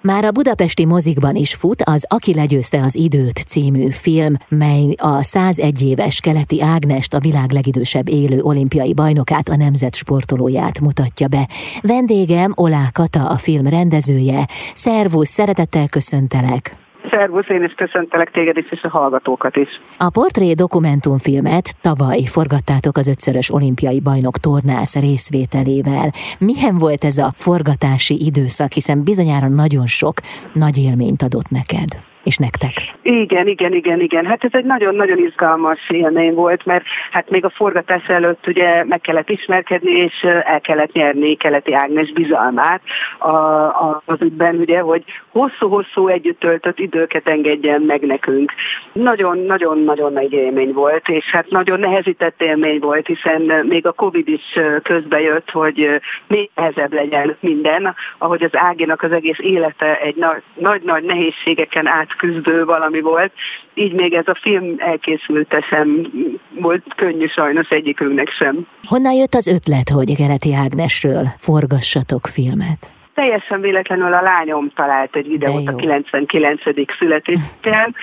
Már a budapesti mozikban is fut az Aki legyőzte az időt című film, mely a 101 éves Keleti Ágnest, a világ legidősebb élő olimpiai bajnokát, a nemzet sportolóját mutatja be. Vendégem Olá Kata, a film rendezője. Szervusz, szeretettel köszöntelek! Szervusz, én is köszöntelek téged is, és a hallgatókat is. A portré dokumentumfilmet tavaly forgattátok az 5-szörös olimpiai bajnok tornász részvételével. Milyen volt ez a forgatási időszak, hiszen bizonyára nagyon sok nagy élményt adott neked? És nektek. Igen. Hát ez egy nagyon-nagyon izgalmas élmény volt, mert hát még a forgatás előtt ugye meg kellett ismerkedni, és el kellett nyerni Keleti Ágnes bizalmát az ügyben, ugye, hogy hosszú-hosszú együtt töltött időket engedjen meg nekünk. Nagyon-nagyon nagy élmény volt, és hát nagyon nehezített élmény volt, hiszen még a Covid is közbejött, hogy még nehezebb legyen minden, ahogy az Áginak az egész élete egy nagy-nagy nehézségeken átküzdő valami volt, így még ez a film elkészülte sem volt könnyű sajnos egyikünknek sem. Honnan jött az ötlet, hogy Keleti Ágnesről forgassatok filmet? Teljesen véletlenül a lányom talált egy videót a 99. születésnapján,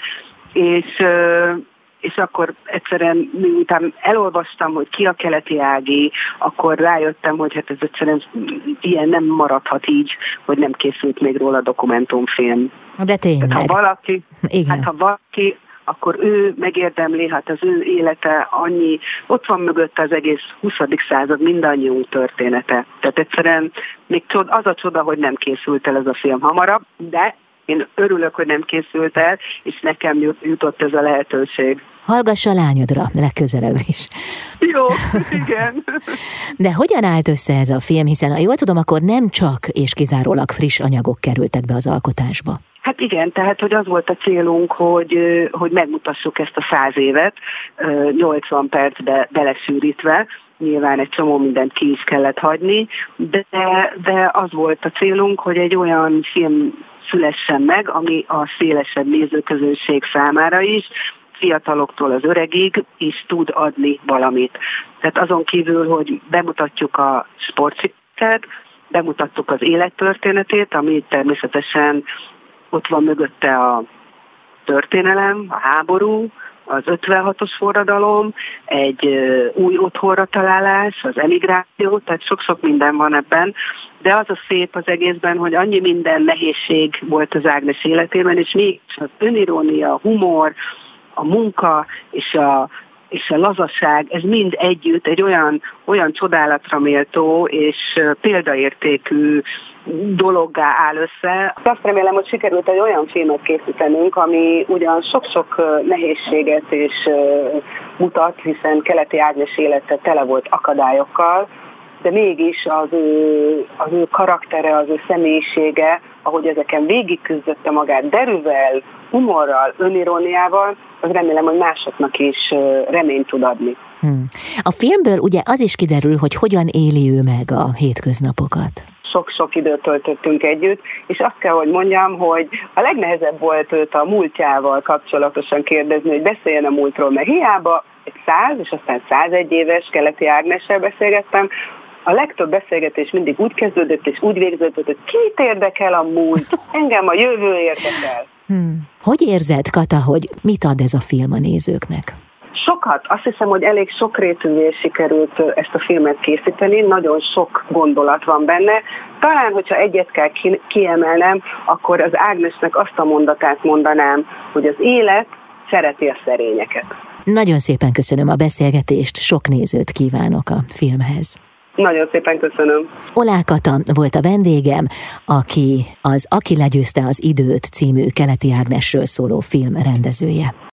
és akkor egyszerűen, miután elolvastam, hogy ki a Keleti Ági, akkor rájöttem, hogy hát ez egyszerűen ilyen nem maradhat így, hogy nem készült még róla dokumentumfilm. De tényleg. Tehát, ha valaki, akkor ő megérdemli, hát az ő élete annyi, ott van mögötte az egész 20. század mindannyiunk története. Tehát egyszerűen még az a csoda, hogy nem készült el ez a film hamarabb, de én örülök, hogy nem készült el, és nekem jutott ez a lehetőség. Hallgass a lányodra legközelebb is. Jó, igen. De hogyan állt össze ez a film, hiszen ha jól tudom, akkor nem csak és kizárólag friss anyagok kerültek be az alkotásba. Hát igen, tehát hogy az volt a célunk, hogy megmutassuk ezt a 100 évet, 80 percbe belesűrítve, nyilván egy csomó mindent ki is kellett hagyni, de az volt a célunk, hogy egy olyan film szülessen meg, ami a szélesebb nézőközönség számára is, fiataloktól az öregig is tud adni valamit. Tehát azon kívül, hogy bemutatjuk a sportsikert, bemutattuk az élettörténetét, ami természetesen ott van mögötte a történelem, a háború, az 56-os forradalom, egy új otthonra találás, az emigráció, tehát sok-sok minden van ebben, de az a szép az egészben, hogy annyi minden nehézség volt az Ágnes életében, és mégis az önirónia, a humor, a munka és a lazaság, ez mind együtt egy olyan csodálatra méltó és példaértékű dologgá áll össze. Azt remélem, hogy sikerült egy olyan filmet készítenünk, ami ugyan sok-sok nehézséget is mutat, hiszen Keleti Ágnes élete tele volt akadályokkal, de mégis az ő karaktere, az ő személyisége, ahogy ezeken végigküzdötte magát derűvel, humorral, öniróniával, az remélem, hogy másoknak is reményt tud adni. A filmből ugye az is kiderül, hogy hogyan éli ő meg a hétköznapokat. Sok-sok időt töltöttünk együtt, és azt kell, hogy mondjam, hogy a legnehezebb volt őt a múltjával kapcsolatosan kérdezni, hogy beszéljen a múltról, mert hiába egy 100 és aztán 101 éves Keleti Ágnessel beszélgettem, a legtöbb beszélgetés mindig úgy kezdődött és úgy végződött, hogy kit érdekel a múlt, engem a jövő érdekel. Hogy érzed, Kata, hogy mit ad ez a film a nézőknek? Sokat. Azt hiszem, hogy elég sokrétűvé sikerült ezt a filmet készíteni, nagyon sok gondolat van benne. Talán, hogyha egyet kell kiemelnem, akkor az Ágnesnek azt a mondatát mondanám, hogy az élet szereti a szerényeket. Nagyon szépen köszönöm a beszélgetést, sok nézőt kívánok a filmhez. Nagyon szépen köszönöm. Olá Kata volt a vendégem, aki az Aki legyőzte az időt című Keleti Ágnesről szóló film rendezője.